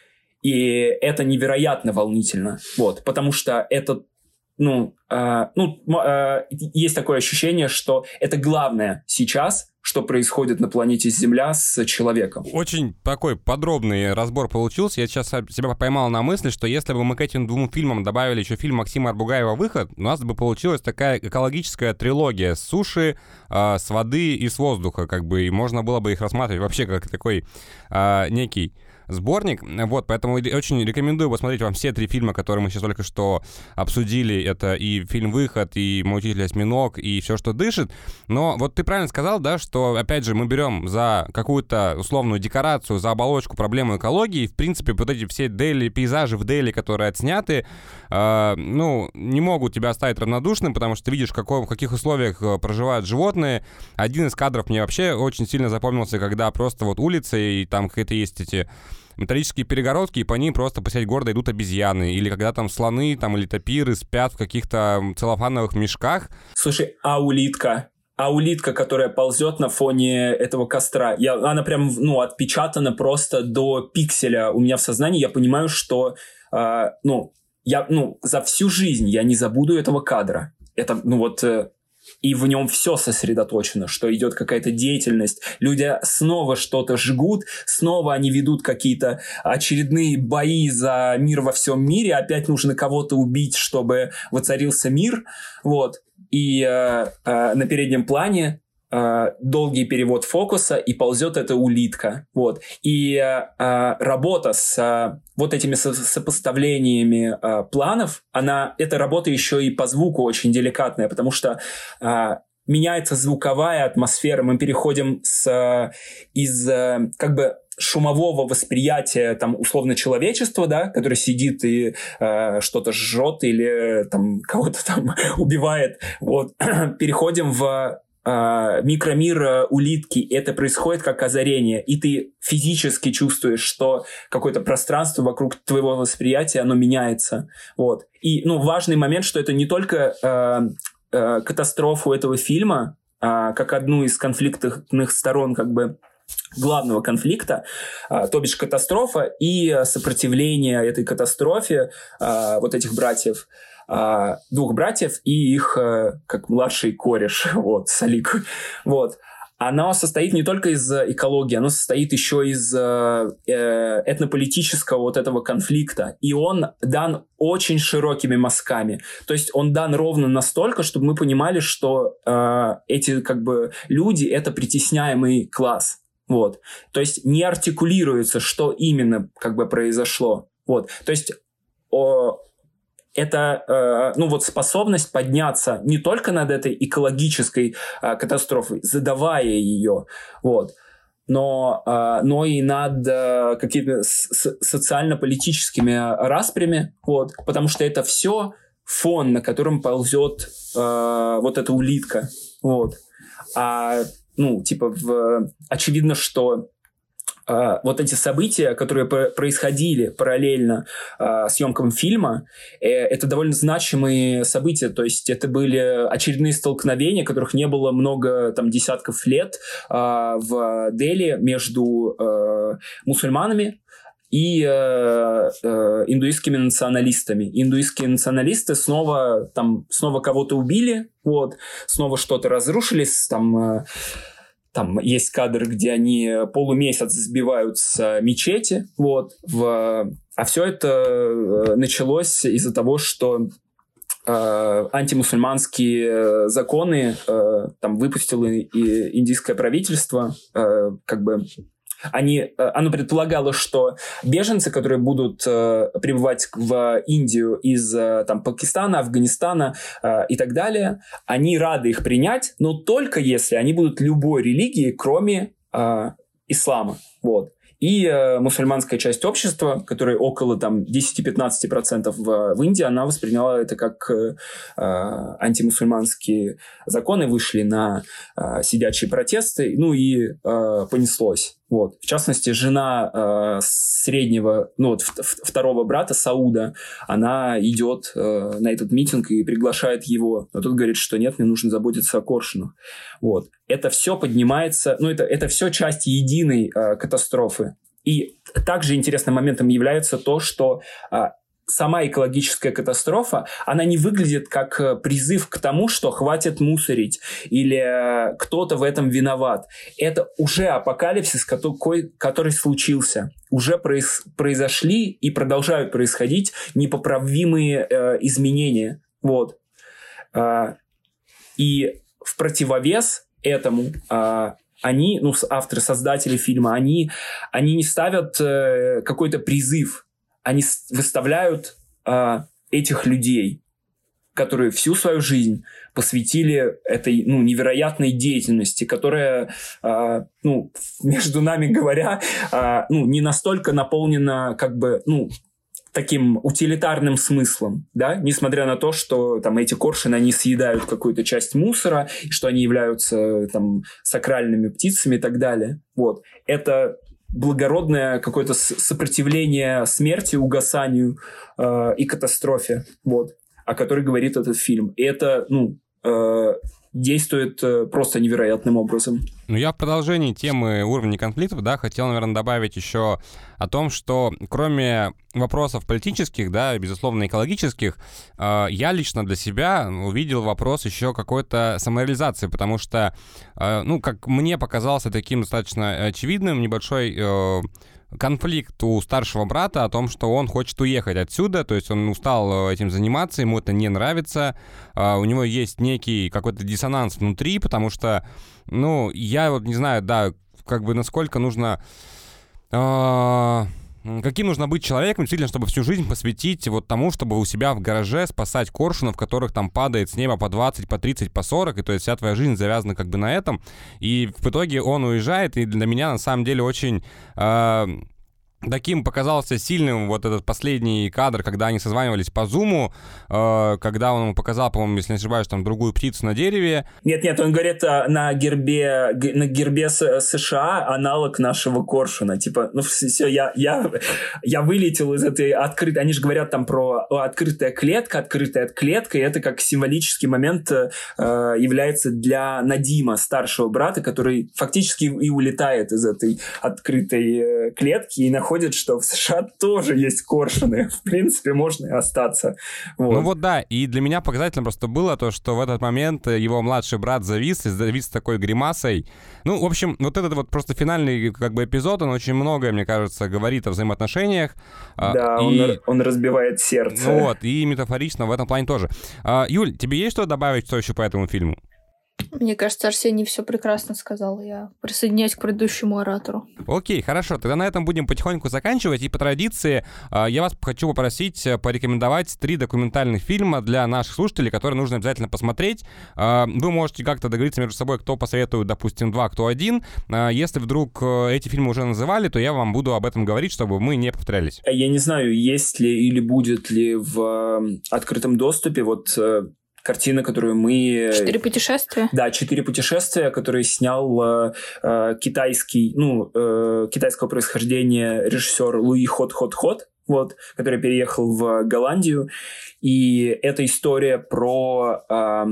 И это невероятно волнительно, вот, потому что это, ну, э, ну э, есть такое ощущение, что это главное сейчас, что происходит на планете Земля с человеком. Очень такой подробный разбор получился. Я сейчас себя поймал на мысли, что если бы мы к этим двум фильмам добавили еще фильм Максима Арбугаева «Выход», у нас бы получилась такая экологическая трилогия с суши, э, с воды и с воздуха, как бы, и можно было бы их рассматривать вообще как такой э, некий сборник. Вот, поэтому очень рекомендую посмотреть вам все три фильма, которые мы сейчас только что обсудили. Это и фильм «Выход», и «Мой учитель осьминог», и «Все, что дышит». Но вот ты правильно сказал, да, что, опять же, мы берем за какую-то условную декорацию, за оболочку проблему экологии. И, в принципе, вот эти все Дели, пейзажи в Дели, которые отсняты, э, ну, не могут тебя оставить равнодушным, потому что ты видишь, в, каком, в каких условиях проживают животные. Один из кадров мне вообще очень сильно запомнился, когда просто вот улица, и там какие-то есть эти металлические перегородки, и по ним просто посреди города идут обезьяны. Или когда там слоны там, или тапиры спят в каких-то целлофановых мешках. Слушай, а улитка? А улитка, которая ползет на фоне этого костра, я, она прям, ну, отпечатана просто до пикселя у меня в сознании. Я понимаю, что, э, ну, я, ну, за всю жизнь я не забуду этого кадра. Это, ну, вот... Э, И в нем все сосредоточено, что идет какая-то деятельность. Люди снова что-то жгут, снова они ведут какие-то очередные бои за мир во всем мире. Опять нужно кого-то убить, чтобы воцарился мир. Вот. И э, э, на переднем плане э, долгий перевод фокуса, и ползет эта улитка. Вот. И э, э, работа с э, вот этими со- сопоставлениями э, планов, она, эта работа еще и по звуку очень деликатная, потому что э, меняется звуковая атмосфера, мы переходим с, э, из э, как бы шумового восприятия там условно человечества, да, который сидит и э, что-то жжет или там кого-то там убивает, вот, переходим в микромир улитки. Это происходит как озарение, и ты физически чувствуешь, что какое-то пространство вокруг твоего восприятия, оно меняется. Вот. И, ну, важный момент, что это не только э, э, катастрофу этого фильма, э, как одну из конфликтных сторон, как бы, главного конфликта, э, то бишь катастрофа и сопротивление этой катастрофе э, вот этих братьев, двух братьев и их как младший кореш, вот, Салик, вот. Оно состоит не только из экологии, оно состоит еще из э, этнополитического вот этого конфликта, и он дан очень широкими мазками, то есть он дан ровно настолько, чтобы мы понимали, что э, эти как бы люди — это притесняемый класс, вот, то есть не артикулируется, что именно как бы произошло, вот, то есть о, это, э, ну вот, способность подняться не только над этой экологической э, катастрофой, задавая ее, вот, но, э, но и над э, какими-то с- социально-политическими распрями, вот, потому что это все фон, на котором ползет э, вот эта улитка, вот. А, ну, типа, в, очевидно, что Uh, вот эти события, которые по- происходили параллельно uh, съемкам фильма, э, это довольно значимые события, то есть это были очередные столкновения, которых не было много там, десятков лет uh, в Дели между uh, мусульманами и э, э, индуистскими националистами. Индуистские националисты снова, там, снова кого-то убили, вот, снова что-то разрушили, там... Э, Там есть кадр, где они полумесяц сбивают с мечети, вот, в... а все это началось из-за того, что э, антимусульманские законы э, там выпустило и индийское правительство, э, как бы Они, оно предполагало, что беженцы, которые будут э, прибывать в Индию из э, там, Пакистана, Афганистана э, и так далее, они рады их принять, но только если они будут любой религии, кроме э, ислама. Вот. И э, мусульманская часть общества, которая около там, десять-пятнадцать процентов в, в Индии, она восприняла это как э, антимусульманские законы, вышли на э, сидячие протесты, ну и э, понеслось. Вот. В частности, жена э, среднего, ну вот второго брата Сауда, она идет э, на этот митинг и приглашает его. Но тот говорит, что нет, мне нужно заботиться о коршунах. Вот. Это все поднимается, ну это, это все часть единой э, катастрофы. и также интересным моментом является то, что а, сама экологическая катастрофа, она не выглядит как призыв к тому, что хватит мусорить или кто-то в этом виноват. Это уже апокалипсис, который, который случился. Уже произ, произошли и продолжают происходить непоправимые э, изменения. Вот. А, и в противовес этому а, они, ну, авторы, создатели фильма, они, они не ставят э, какой-то призыв. Они выставляют а, этих людей, которые всю свою жизнь посвятили этой, ну, невероятной деятельности, которая, а, ну, между нами говоря, а, ну, не настолько наполнена, как бы, ну, таким утилитарным смыслом, да, несмотря на то, что там эти коршуны, они съедают какую-то часть мусора, и что они являются там сакральными птицами и так далее. Вот. Это благородное какое-то сопротивление смерти, угасанию э, и катастрофе, вот, о которой говорит этот фильм. И это, ну, э, действует э, просто невероятным образом. Ну, я в продолжении темы уровня конфликтов, да, хотел, наверное, добавить еще о том, что кроме вопросов политических, да, безусловно, экологических, э, я лично для себя увидел вопрос еще какой-то самореализации, потому что, э, ну, как мне показался таким достаточно очевидным, небольшой э, конфликт у старшего брата о том, что он хочет уехать отсюда, то есть он устал этим заниматься, ему это не нравится, э, у него есть некий какой-то диссонанс внутри, потому что, ну, я вот не знаю, да, как бы насколько нужно... Э, Каким нужно быть человеком, действительно, чтобы всю жизнь посвятить вот тому, чтобы у себя в гараже спасать коршунов, которых там падает с неба по двадцать, по тридцать, по сорок, и то есть вся твоя жизнь завязана как бы на этом. И в итоге он уезжает, и для меня на самом деле очень... Э, Таким показался сильным вот этот последний кадр, когда они созванивались по Зуму, э, когда он ему показал, по-моему, если не ошибаюсь, там другую птицу на дереве. Нет-нет, он говорит на гербе, на гербе США аналог нашего коршуна. Типа, ну все, я, я, я вылетел из этой открытой... Они же говорят там про открытая клетка, открытая клетка, и это как символический момент э, является для Надима, старшего брата, который фактически и улетает из этой открытой клетки и находится, что в США тоже есть коршуны. В принципе, можно и остаться. Вот. Ну вот да, и для меня показательно просто было то, что в этот момент его младший брат завис, и завис с такой гримасой. Ну, в общем, вот этот вот просто финальный как бы эпизод, он очень многое, мне кажется, говорит о взаимоотношениях. Да, и... он, он разбивает сердце. Ну вот, и метафорично в этом плане тоже. Юль, тебе есть что добавить, что еще по этому фильму? Мне кажется, Арсений все прекрасно сказал. Я присоединяюсь к предыдущему оратору. Окей, хорошо. Тогда на этом будем потихоньку заканчивать. И по традиции я вас хочу попросить порекомендовать три документальных фильма для наших слушателей, которые нужно обязательно посмотреть. Вы можете как-то договориться между собой, кто посоветует, допустим, два, кто один. Если вдруг эти фильмы уже называли, то я вам буду об этом говорить, чтобы мы не повторялись. Я не знаю, есть ли или будет ли в открытом доступе вот... картина, которую мы... «Четыре путешествия». Да, «Четыре путешествия», которые снял э, э, китайский, ну, э, китайского происхождения режиссер Луи Хот-Хот-Хот, вот, который переехал в Голландию. И это история про... Э,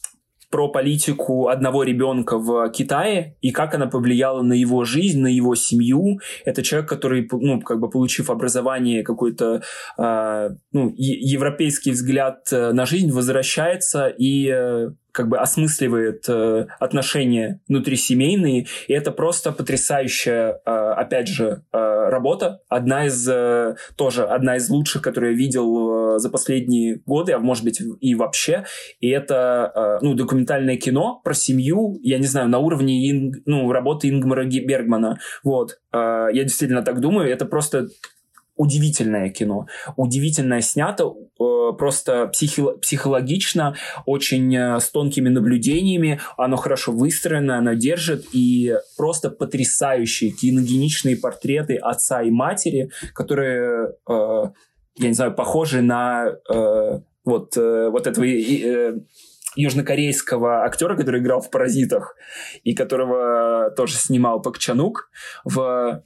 про политику одного ребенка в Китае и как она повлияла на его жизнь, на его семью. Это человек, который, ну, как бы получив образование, какой-то э, ну, европейский взгляд на жизнь, возвращается и э, как бы осмысливает э, отношения внутрисемейные. И это просто потрясающая, э, опять же, э, работа. Одна из, э, тоже одна из лучших, которую я видел э, за последние годы, а может быть и вообще. И это, э, ну, документальное кино про семью, я не знаю, на уровне Инг, ну, работы Ингмара Бергмана. Вот. Э, я действительно так думаю. Это просто... удивительное кино, удивительно снято, э, просто психи- психологично, очень э, с тонкими наблюдениями, оно хорошо выстроено, оно держит, и просто потрясающие киногеничные портреты отца и матери, которые, э, я не знаю, похожи на э, вот, э, вот этого... Э, южнокорейского актера, который играл в «Паразитах», и которого тоже снимал Пак Чан-ук в...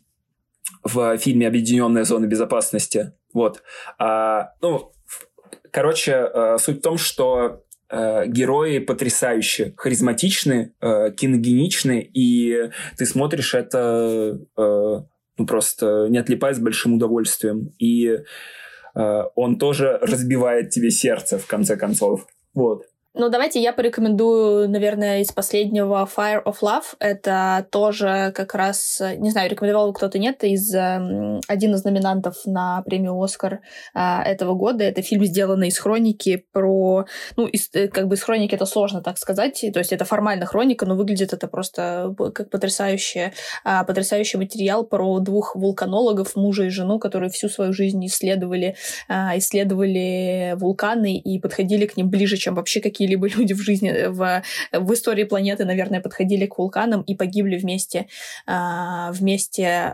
в фильме «Объединенная зона безопасности». Вот. А, ну, короче, а, суть в том, что а, герои потрясающие, харизматичны, а, киногеничны, и ты смотришь это... А, ну, просто не отлипать с большим удовольствием. И э, он тоже разбивает тебе сердце, в конце концов. Вот. Ну, давайте я порекомендую, наверное, из последнего Fire of Love. Это тоже как раз, не знаю, рекомендовал ли кто-то, нет, из э, один из номинантов на премию «Оскар» э, этого года. Это фильм, сделанный из хроники про... Ну, из, как бы из хроники это сложно так сказать. То есть это формально хроника, но выглядит это просто как потрясающий, э, потрясающий материал про двух вулканологов, мужа и жену, которые всю свою жизнь исследовали, э, исследовали вулканы и подходили к ним ближе, чем вообще какие какие-либо люди в жизни, в, в истории планеты, наверное, подходили к вулканам и погибли вместе, вместе,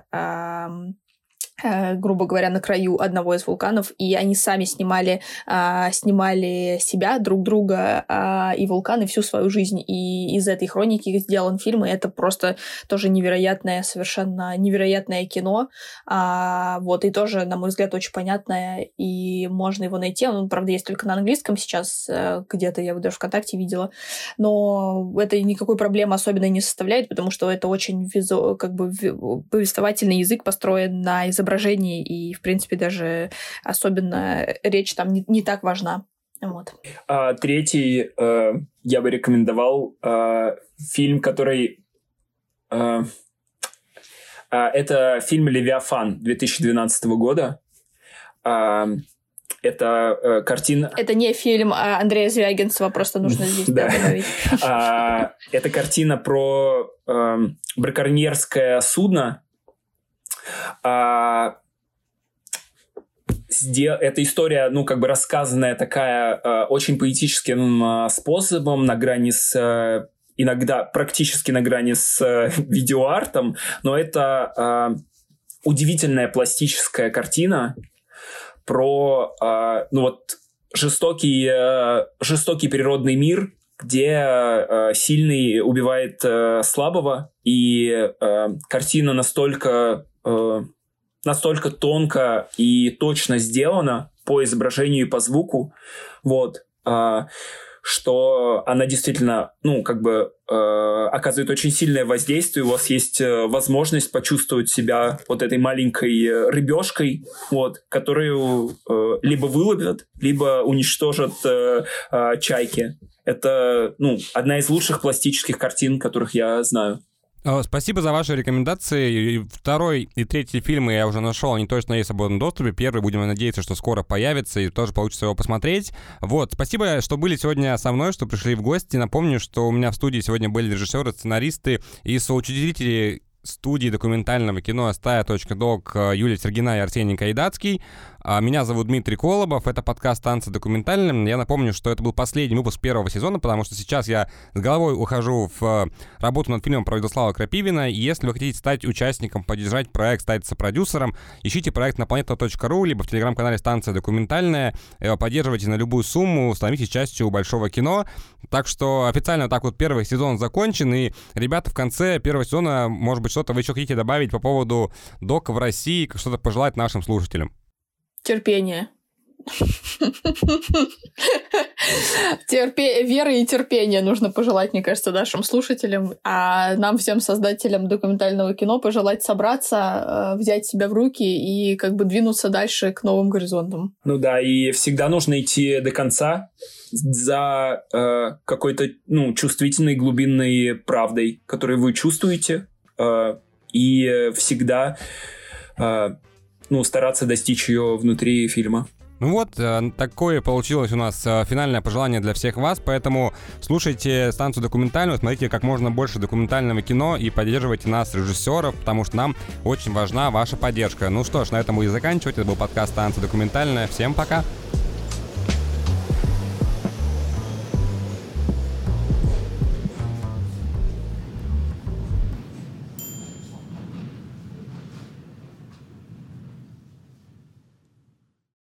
грубо говоря, на краю одного из вулканов, и они сами снимали, а, снимали себя, друг друга а, и вулканы всю свою жизнь. И из этой хроники сделан фильм, и это просто тоже невероятное, совершенно невероятное кино. А, вот, и тоже, на мой взгляд, очень понятное, и можно его найти. Он, правда, есть только на английском сейчас, где-то я его даже ВКонтакте видела, но это никакой проблемы особенно не составляет, потому что это очень визу, как бы повествовательный язык построен на изображении, и, в принципе, даже особенно речь там не, не так важна. Вот. А, третий э, я бы рекомендовал э, фильм, который... Э, э, это фильм «Левиафан» две тысячи двенадцатого года. Э, это э, картина... Это не фильм Андрея Звягинцева, просто нужно здесь добавить. Это картина про браконьерское судно. А, эта история, ну, как бы рассказанная такая а, очень поэтическим а, способом, на грани с... А, иногда практически на грани с а, видеоартом, но это а, удивительная пластическая картина про, а, ну, вот, жестокий, а, жестокий природный мир, где э, сильный убивает э, слабого, и э, картина настолько, э, настолько тонко и точно сделана по изображению и по звуку, вот, э, что она действительно, ну, как бы э, оказывает очень сильное воздействие. У вас есть э, возможность почувствовать себя вот этой маленькой рыбешкой, вот, которую э, либо выловят, либо уничтожат э, э, чайки. Это, ну, одна из лучших пластических картин, которых я знаю. Спасибо за ваши рекомендации. Второй и третий фильмы я уже нашел, они точно есть в свободном доступе. Первый, будем надеяться, что скоро появится и тоже получится его посмотреть. Вот, спасибо, что были сегодня со мной, что пришли в гости. Напомню, что у меня в студии сегодня были режиссеры, сценаристы и соучредители студии документального кино стая точка док Юлия Сергина и Арсений Кайдацкий. Меня зовут Дмитрий Колобов, это подкаст «Танцы документальным». Я напомню, что это был последний выпуск первого сезона, потому что сейчас я с головой ухожу в работу над фильмом про Владислава Крапивина. И если вы хотите стать участником, поддержать проект, стать сопродюсером, ищите проект на планета точка ру, либо в телеграм-канале «Станция документальная». Поддерживайте на любую сумму, становитесь частью большого кино. Так что официально так вот первый сезон закончен, и, ребята, в конце первого сезона, может быть, что-то вы еще хотите добавить по поводу дока в России, что-то пожелать нашим слушателям? Терпение. Терпе... Веры и терпения нужно пожелать, мне кажется, нашим слушателям, а нам, всем создателям документального кино, пожелать собраться, взять себя в руки и как бы двинуться дальше к новым горизонтам. Ну да, и всегда нужно идти до конца за э, какой-то, ну, чувствительной глубинной правдой, которую вы чувствуете, э, и всегда э, ну, стараться достичь ее внутри фильма. Ну вот, такое получилось у нас финальное пожелание для всех вас, поэтому слушайте «Станцию документальную», смотрите как можно больше документального кино и поддерживайте нас, режиссеров, потому что нам очень важна ваша поддержка. Ну что ж, на этом мы и заканчивать. Это был подкаст «Станция документальная». Всем пока!